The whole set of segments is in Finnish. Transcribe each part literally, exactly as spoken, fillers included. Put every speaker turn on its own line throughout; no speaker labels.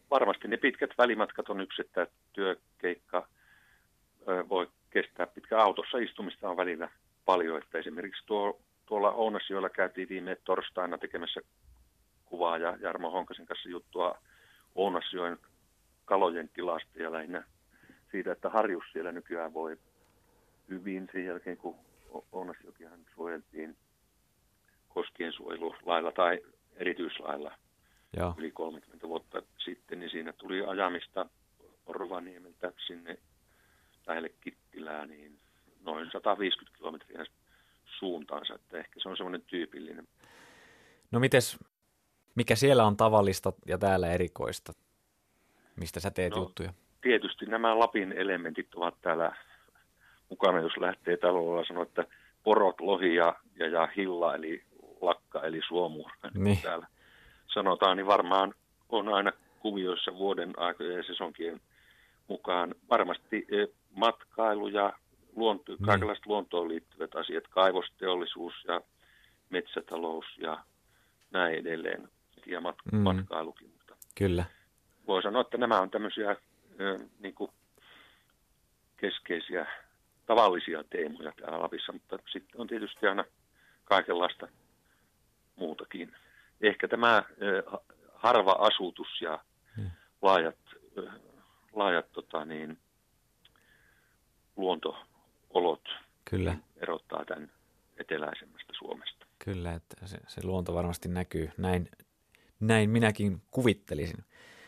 varmasti ne pitkät välimatkat on yksi, että työkeikka ö, voi kestää pitkä. Autossa istumista on välillä paljon, että esimerkiksi tuo, tuolla Ounasjoella käytiin viime torstaina tekemässä kuvaa ja Jarmo Honkasen kanssa juttua Ounasjoen kalojen tilasta ja lähinnä siitä, että harjus siellä nykyään voi hyvin sen jälkeen, kun Ounasjokihan suojeltiin koskien suojelulailla tai erityislailla
Joo.
yli kolmekymmentä vuotta sitten, niin siinä tuli ajamista Rovaniemeltä sinne lähelle Kittilää, niin noin sata viisikymmentä kilometriä suuntaansa, että ehkä se on semmoinen tyypillinen.
No mites, mikä siellä on tavallista ja täällä erikoista? Mistä sä teet
no,
juttuja?
Tietysti nämä Lapin elementit ovat täällä mukana, jos lähtee talolla sanoa, että porot, lohi ja, ja, ja hilla, eli lakka, eli suomuura, niin täällä sanotaan, niin varmaan on aina kuvioissa vuoden aikojen ja sesonkien mukaan. Varmasti matkailu ja luonto, niin. kaikenlaiset luontoon liittyvät asiat, kaivosteollisuus ja metsätalous ja näin edelleen, ja mat- mm. matkailukin. Mutta
kyllä.
Voi sanoa, että nämä on tämmöisiä niin kuin keskeisiä, tavallisia teemoja täällä Lapissa, mutta sitten on tietysti aina kaikenlaista muutakin. Ehkä tämä harva asutus ja hmm. laajat, laajat tota niin, luontoolot
kyllä.
erottaa tämän eteläisemmästä Suomesta.
Kyllä, että se, se luonto varmasti näkyy. Näin, näin minäkin kuvittelisin.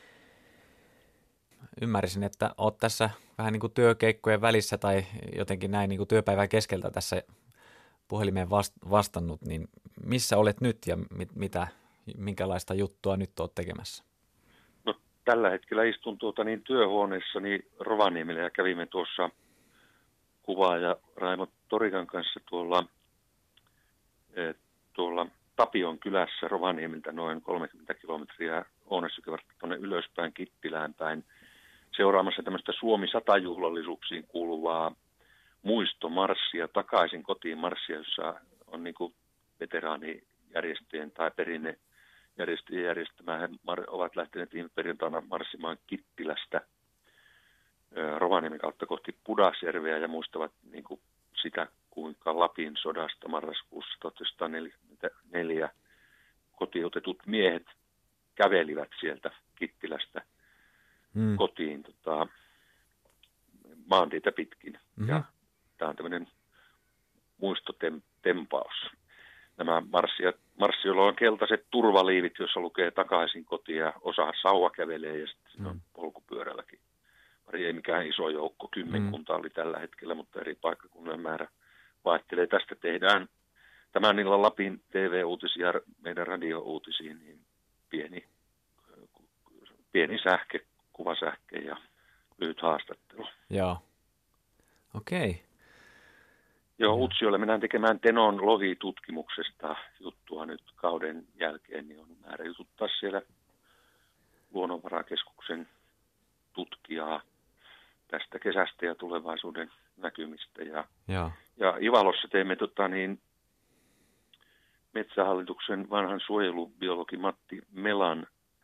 Ymmärsin, että olet tässä vähän niin kuin työkeikkojen välissä tai jotenkin näin niin kuin työpäivän keskeltä tässä puhelimeen vastannut, niin missä olet nyt ja mit, mitä, minkälaista juttua nyt olet tekemässä?
No, tällä hetkellä istun tuota niin työhuoneessani Rovaniemellä ja kävimme tuossa kuvaaja Raimo Torikan kanssa tuolla, eh, tuolla Tapion kylässä Rovaniemeltä noin kolmekymmentä kilometriä Ounasjokivartta tuonne ylöspäin Kittilään päin seuraamassa tämmöistä Suomi sata-juhlallisuuksiin kuuluvaa muistomarssia, takaisin kotiin marssia, jossa on niin kuin veteraanijärjestöjen tai perinnejärjestöjen järjestämään. He ovat lähteneet viime perjantaina marssimaan Kittilästä Rovaniemen kautta kohti Pudasjärveä ja muistavat niin kuin sitä, kuinka Lapin sodasta marraskuussa tuhatyhdeksänsataaneljäkymmentäneljä kotiutetut miehet kävelivät sieltä Kittilästä mm. kotiin tota, maantietä pitkin. Mm-hmm. Ja tämä on tämmöinen muistotempaus. Nämä marssioilla on keltaiset turvaliivit, joissa lukee takaisin kotiin ja osa sauva kävelee ja sitten mm. on polkupyörälläkin. Pari ei mikään iso joukko, kymmenkunta mm. oli tällä hetkellä, mutta eri paikkakunnilla määrä vaihtelee. Tästä tehdään tämän illan Lapin T V-uutisia ja meidän radio-uutisiin niin pieni, pieni sähke, kuvasähke ja lyhyt haastattelu.
Joo. Okei. Okay.
Joo, Utsjoelle mennään tekemään Tenon lohitutkimuksesta juttua nyt kauden jälkeen, niin on määrä jututtaa siellä Luonnonvarakeskuksen tutkijaa tästä kesästä ja tulevaisuuden näkymistä. Ja,
Joo.
ja Ivalossa teemme tota, niin, Metsähallituksen vanhan suojelubiologi Matti Melan,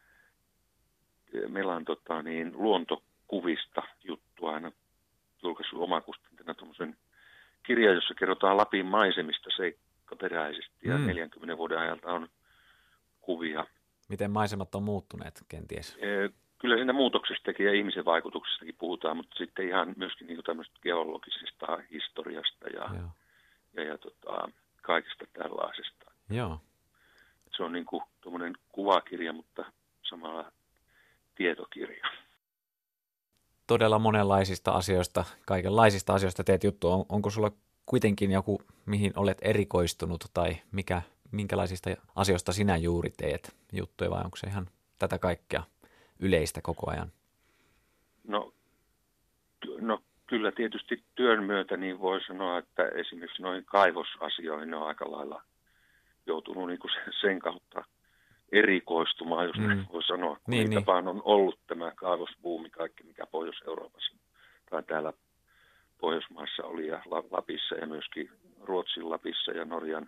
Melan tota, niin, luontokuvista juttua. Hän on julkaissut omakustanteena tuommoisen kirja, jossa kerrotaan Lapin maisemista seikkaperäisesti ja mm. neljänkymmenen vuoden ajalta on kuvia.
Miten maisemat on muuttuneet kenties?
Kyllä siinä muutoksestakin ja ihmisen vaikutuksestakin puhutaan, mutta sitten ihan myöskin niin kuin tämmöistä geologisesta historiasta ja, ja, ja tota, kaikesta tällaisesta.
Joo.
Se on niin kuin tuommoinen kuvakirja, mutta samalla tietokirja.
Todella monenlaisista asioista, kaikenlaisista asioista teet juttua. On, onko sulla kuitenkin joku, mihin olet erikoistunut tai mikä, minkälaisista asioista sinä juuri teet juttuja vai onko se ihan tätä kaikkea yleistä koko ajan?
No, no kyllä tietysti työn myötä niin voi sanoa, että esimerkiksi noihin kaivosasioihin on aika lailla joutunut niin kuin sen kautta erikoistumaan, jos mm. voi sanoa, kun niin, niitä niin. vaan on ollut tämä kaivosbuumi, kaikki mikä Pohjois-Euroopassa tai täällä Pohjoismaissa oli ja Lapissa ja myöskin Ruotsin Lapissa ja Norjan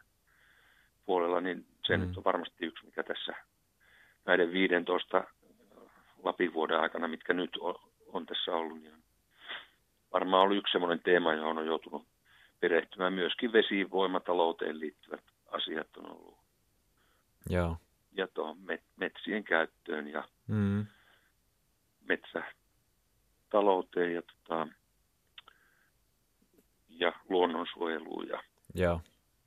puolella, niin se mm. nyt on varmasti yksi, mikä tässä näiden viidentoista Lapin vuoden aikana, mitkä nyt on, on tässä ollut, niin on varmaan ollut yksi semmoinen teema, johon on joutunut perehtymään. Myöskin vesivoimatalouteen liittyvät asiat on ollut.
Joo.
Ja tuohon metsien käyttöön ja
mm.
metsätalouteen ja, tota, ja luonnonsuojeluun. Ja
Joo.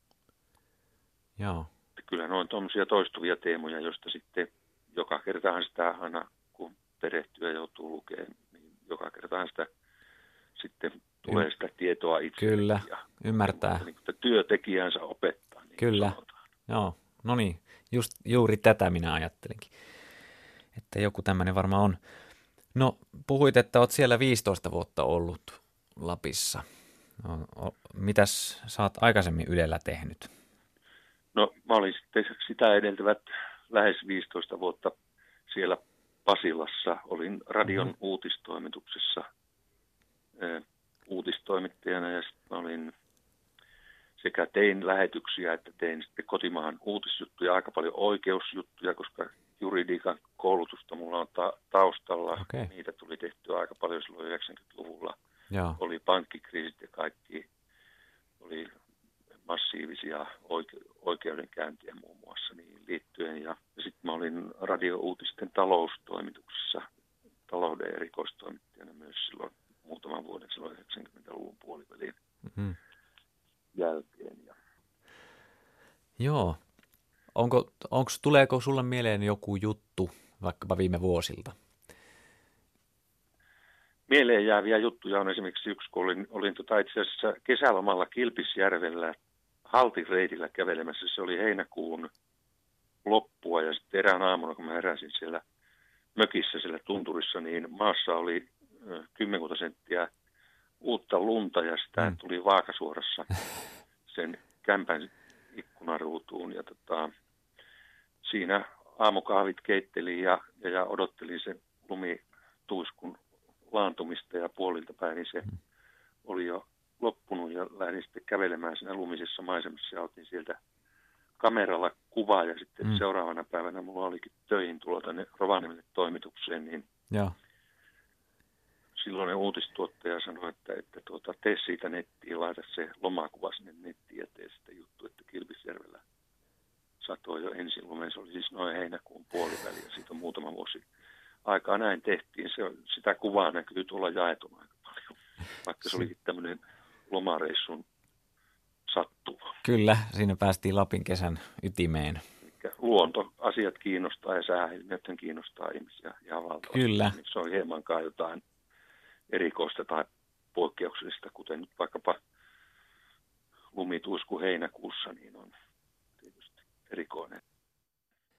Joo.
Kyllä ne on tuommoisia toistuvia teemoja, joista sitten joka kertahan sitä aina, kun perehtyä joutuu lukemaan, niin joka kertahan sitä sitten tulee y- sitä tietoa itse.
Kyllä,
ja
ymmärtää.
Niin, että työtekijänsä opettaa. Niin
Kyllä,
sanotaan.
Joo. No niin, just juuri tätä minä ajattelinkin, että joku tämmöinen varmaan on. No, puhuit, että olet siellä viisitoista vuotta ollut Lapissa. No, o, mitäs sä oot aikaisemmin Ylellä tehnyt?
No, mä olin sitten sitä edeltävät lähes viisitoista vuotta siellä Pasilassa. Olin radion mm-hmm. uutistoimituksessa eh, uutistoimittajana ja sitten olin sekä tein lähetyksiä että tein sitten kotimaan uutisjuttuja, aika paljon oikeusjuttuja, koska juridiikan koulutusta mulla on ta- taustalla.
Okay.
Niitä tuli tehtyä aika paljon silloin yhdeksänkymmentäluvulla.
Joo.
Oli pankkikriisit ja kaikki. Oli massiivisia oike- oikeudenkäyntiä muun muassa niihin liittyen. Ja, ja sitten mä olin radio-uutisten taloustoimituksessa talouden erikoistoimittajana myös silloin muutaman vuoden silloin yhdeksänkymmentäluvun puolivälin mm-hmm. jälkeen. Ja
Joo. Onko, onko, tuleeko sulle mieleen joku juttu vaikkapa viime vuosilta?
Mieleen jääviä juttuja on esimerkiksi yksi, kun olin, olin tota itse asiassa kesälomalla Kilpisjärvellä haltireitillä kävelemässä. Se oli heinäkuun loppua ja sitten erään aamuna, kun mä heräsin siellä mökissä siellä tunturissa, niin maassa oli kymmenkunta senttiä uutta lunta ja sitä mm. tuli vaakasuorassa sen kämpän ikkunaruutuun. Ja tota, siinä aamukahvit keittelin ja, ja, ja odottelin sen lumituiskun laantumista ja puolilta päin, niin se mm. oli jo loppunut ja lähdin sitten kävelemään siinä lumisessa maisemassa ja otin sieltä kameralla kuvaa ja sitten mm. seuraavana päivänä mulla olikin töihin tulla tänne Rovaniemelle toimitukseen, niin
ja.
silloinen uutistuottaja sanoi, että, että tuota, tee siitä nettiin, laita se lomakuva sinne nettiin ja tee sitä juttu, että Kilpisjärvellä satoi jo ensin lumen. Se oli siis noin heinäkuun puoliväli ja siitä on muutama vuosi aikaa näin tehtiin. Se, sitä kuvaa näkyy tuolla jaetun aika paljon, vaikka se olikin tämmöinen lomareissun sattuva.
Kyllä, siinä päästiin Lapin kesän ytimeen.
Elikkä luontoasiat kiinnostaa ja sääilmiöt kiinnostaa ihmisiä ihan valtavasti.
Kyllä.
Se on hiemankaan jotain erikoista tai poikkeuksellista, kuten nyt vaikkapa lumituisku heinäkuussa, niin on tietysti erikoinen.